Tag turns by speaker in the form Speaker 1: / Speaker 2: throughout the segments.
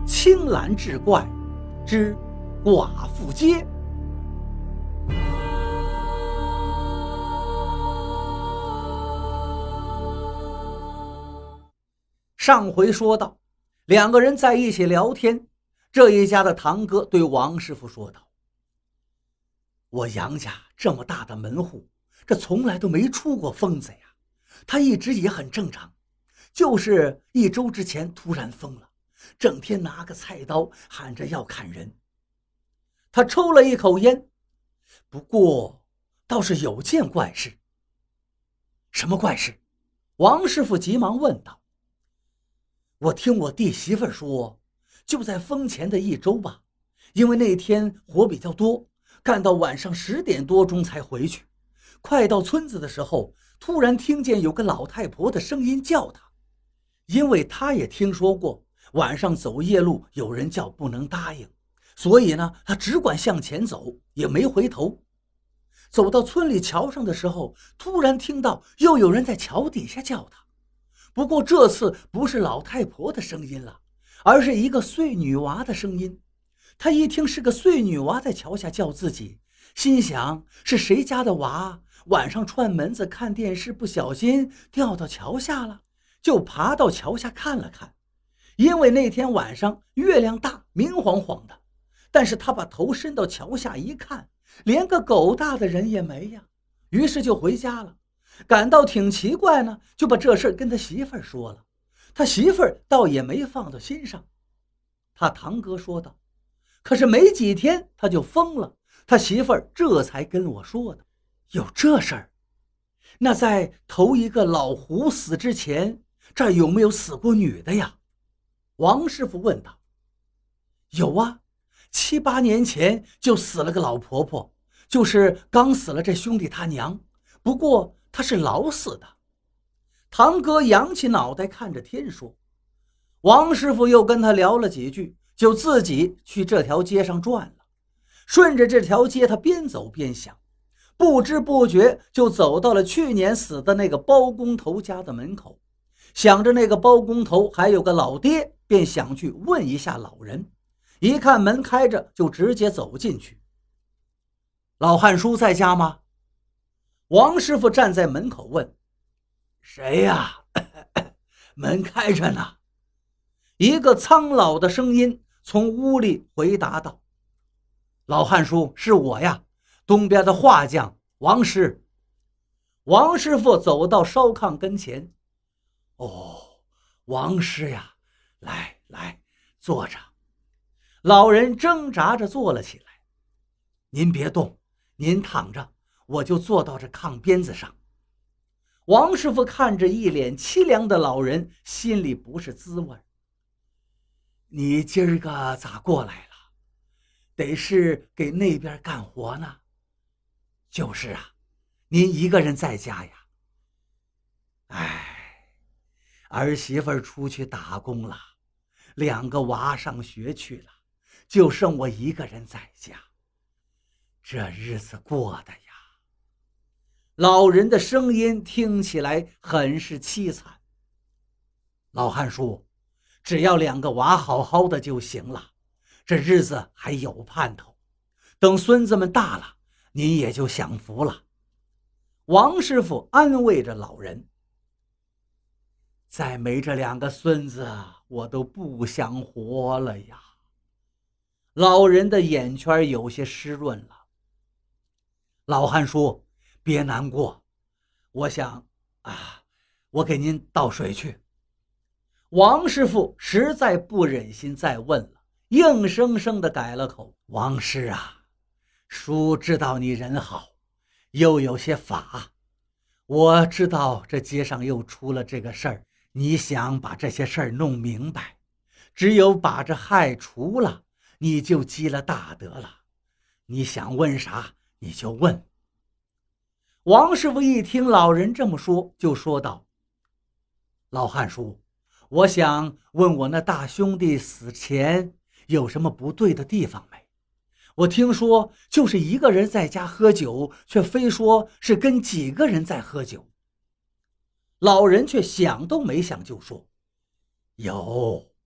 Speaker 1: 青蓝志怪之寡妇街。上回说到，两个人在一起聊天，这一家的堂哥对王师傅说道：我杨家这么大的门户，这从来都没出过疯子呀，他一直也很正常，就是1周之前突然疯了，整天拿个菜刀喊着要砍人。他抽了一口烟，不过倒是有件怪事。什么怪事？王师傅急忙问道。我听我弟媳妇说，就在疯前的1周吧，因为那天活比较多，干到晚上10点多钟才回去。快到村子的时候，突然听见有个老太婆的声音叫他，因为他也听说过晚上走夜路有人叫不能答应，所以呢，他只管向前走，也没回头。走到村里桥上的时候，突然听到又有人在桥底下叫他，不过这次不是老太婆的声音了，而是一个碎女娃的声音。他一听是个碎女娃在桥下叫自己，心想是谁家的娃晚上串门子看电视不小心掉到桥下了，就爬到桥下看了看。因为那天晚上月亮大，明晃晃的，但是他把头伸到桥下一看，连个狗大的人也没呀，于是就回家了。感到挺奇怪呢，就把这事跟他媳妇儿说了。他媳妇儿倒也没放到心上。他堂哥说道，可是没几天他就疯了，他媳妇儿这才跟我说的。有这事儿？那在头一个老胡死之前，这儿有没有死过女的呀？王师傅问道。有啊，7、8年前就死了个老婆婆，就是刚死了这兄弟他娘，不过他是老死的。堂哥扬起脑袋看着天说。王师傅又跟他聊了几句，就自己去这条街上转了。顺着这条街，他边走边想，不知不觉就走到了去年死的那个包工头家的门口。想着那个包工头还有个老爹，便想去问一下老人。一看门开着，就直接走进去。老汉叔在家吗？王师傅站在门口问。谁呀？门开着呢。一个苍老的声音从屋里回答道。老汉叔，是我呀，东边的画匠王师。王师傅走到烧炕跟前。哦，王师呀，来来，坐着。老人挣扎着坐了起来。您别动，您躺着，我就坐到这炕边子上。王师傅看着一脸凄凉的老人，心里不是滋味。你今儿个咋过来了？得是给那边干活呢？就是啊，您一个人在家呀？哎，儿媳妇出去打工了，2个娃上学去了，就剩我一个人在家，这日子过的呀。老人的声音听起来很是凄惨。老汉叔，只要2个娃好好的就行了，这日子还有盼头，等孙子们大了，您也就享福了。王师傅安慰着老人。再没这2个孙子，我都不想活了呀。老人的眼圈有些湿润了。老汉叔，别难过，我想我给您倒水去。王师傅实在不忍心再问了，硬生生地改了口。王师啊，叔知道你人好，又有些法，我知道这街上又出了这个事儿，你想把这些事儿弄明白，只有把这害除了，你就积了大德了。你想问啥你就问。王师傅一听老人这么说，就说道：老汉叔，我想问我那大兄弟死前有什么不对的地方没？我听说就是一个人在家喝酒，却非说是跟几个人在喝酒。老人却想都没想就说：有，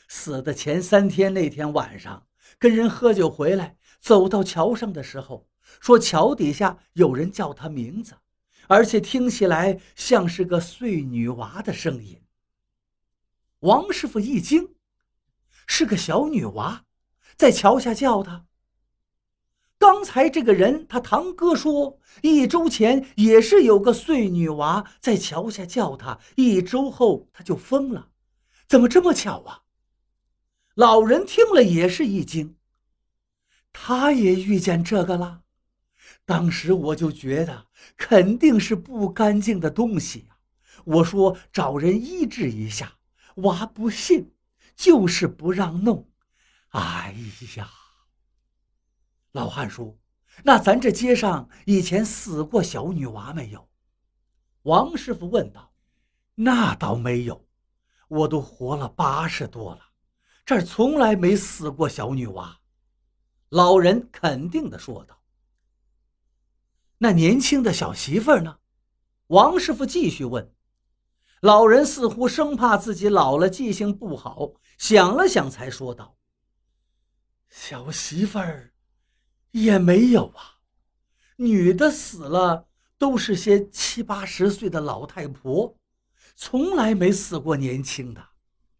Speaker 1: 死的前3天那天晚上，跟人喝酒回来，走到桥上的时候，说桥底下有人叫他名字，而且听起来像是个碎女娃的声音。王师傅一惊，是个小女娃在桥下叫他。刚才这个人，他堂哥说1周前也是有个碎女娃在桥下叫他，1周后他就疯了，怎么这么巧啊？老人听了也是一惊，他也遇见这个了。当时我就觉得肯定是不干净的东西呀，我说找人医治一下，娃不信，就是不让弄。哎呀！老汉说，那咱这街上以前死过小女娃没有？王师傅问道。那倒没有，我都活了80多了，这儿从来没死过小女娃。老人肯定地说道。那年轻的小媳妇儿呢？王师傅继续问。老人似乎生怕自己老了记性不好，想了想才说道：小媳妇儿也没有啊，女的死了都是些70、80岁的老太婆，从来没死过年轻的。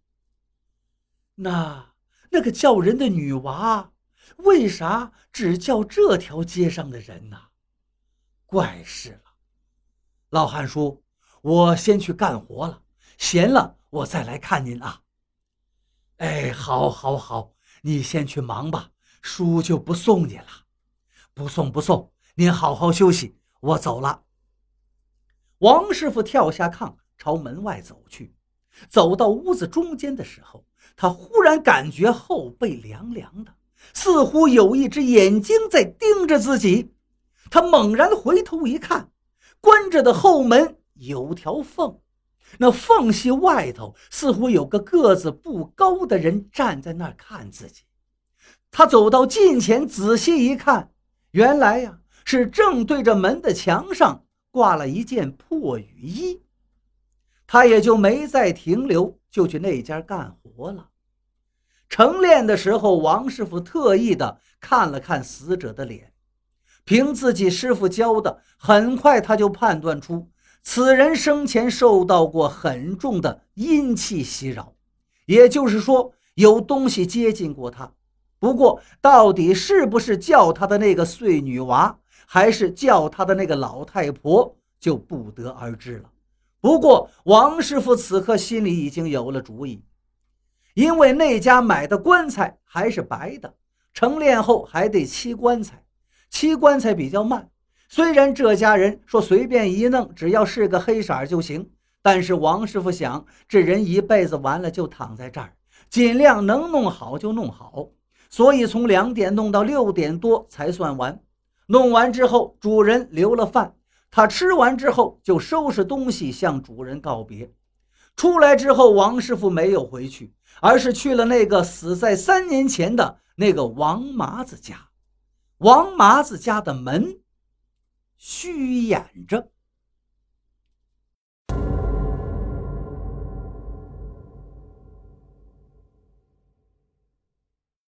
Speaker 1: 那个叫人的女娃，为啥只叫这条街上的人呢？怪事了。老汉说，我先去干活了，闲了我再来看您啊。哎，好，你先去忙吧，叔就不送你了。不送，您好好休息，我走了。王师傅跳下炕，朝门外走去。走到屋子中间的时候，他忽然感觉后背凉凉的，似乎有一只眼睛在盯着自己。他猛然回头一看，关着的后门有条缝，那缝隙外头似乎有个个子不高的人站在那儿看自己。他走到近前仔细一看，原来呀，是正对着门的墙上挂了一件破雨衣。他也就没再停留，就去那家干活了。晨练的时候，王师傅特意的看了看死者的脸，凭自己师傅教的，很快他就判断出此人生前受到过很重的阴气袭扰，也就是说有东西接近过他。不过到底是不是叫他的那个碎女娃，还是叫他的那个老太婆，就不得而知了。不过王师傅此刻心里已经有了主意，因为那家买的棺材还是白的，成殓后还得漆棺材，漆棺材比较慢，虽然这家人说随便一弄，只要是个黑色就行，但是王师傅想，这人一辈子完了就躺在这儿，尽量能弄好就弄好，所以从2点弄到6点多才算完。弄完之后，主人留了饭，他吃完之后就收拾东西向主人告别。出来之后，王师傅没有回去，而是去了那个死在3年前的那个王麻子家。王麻子家的门虚掩着。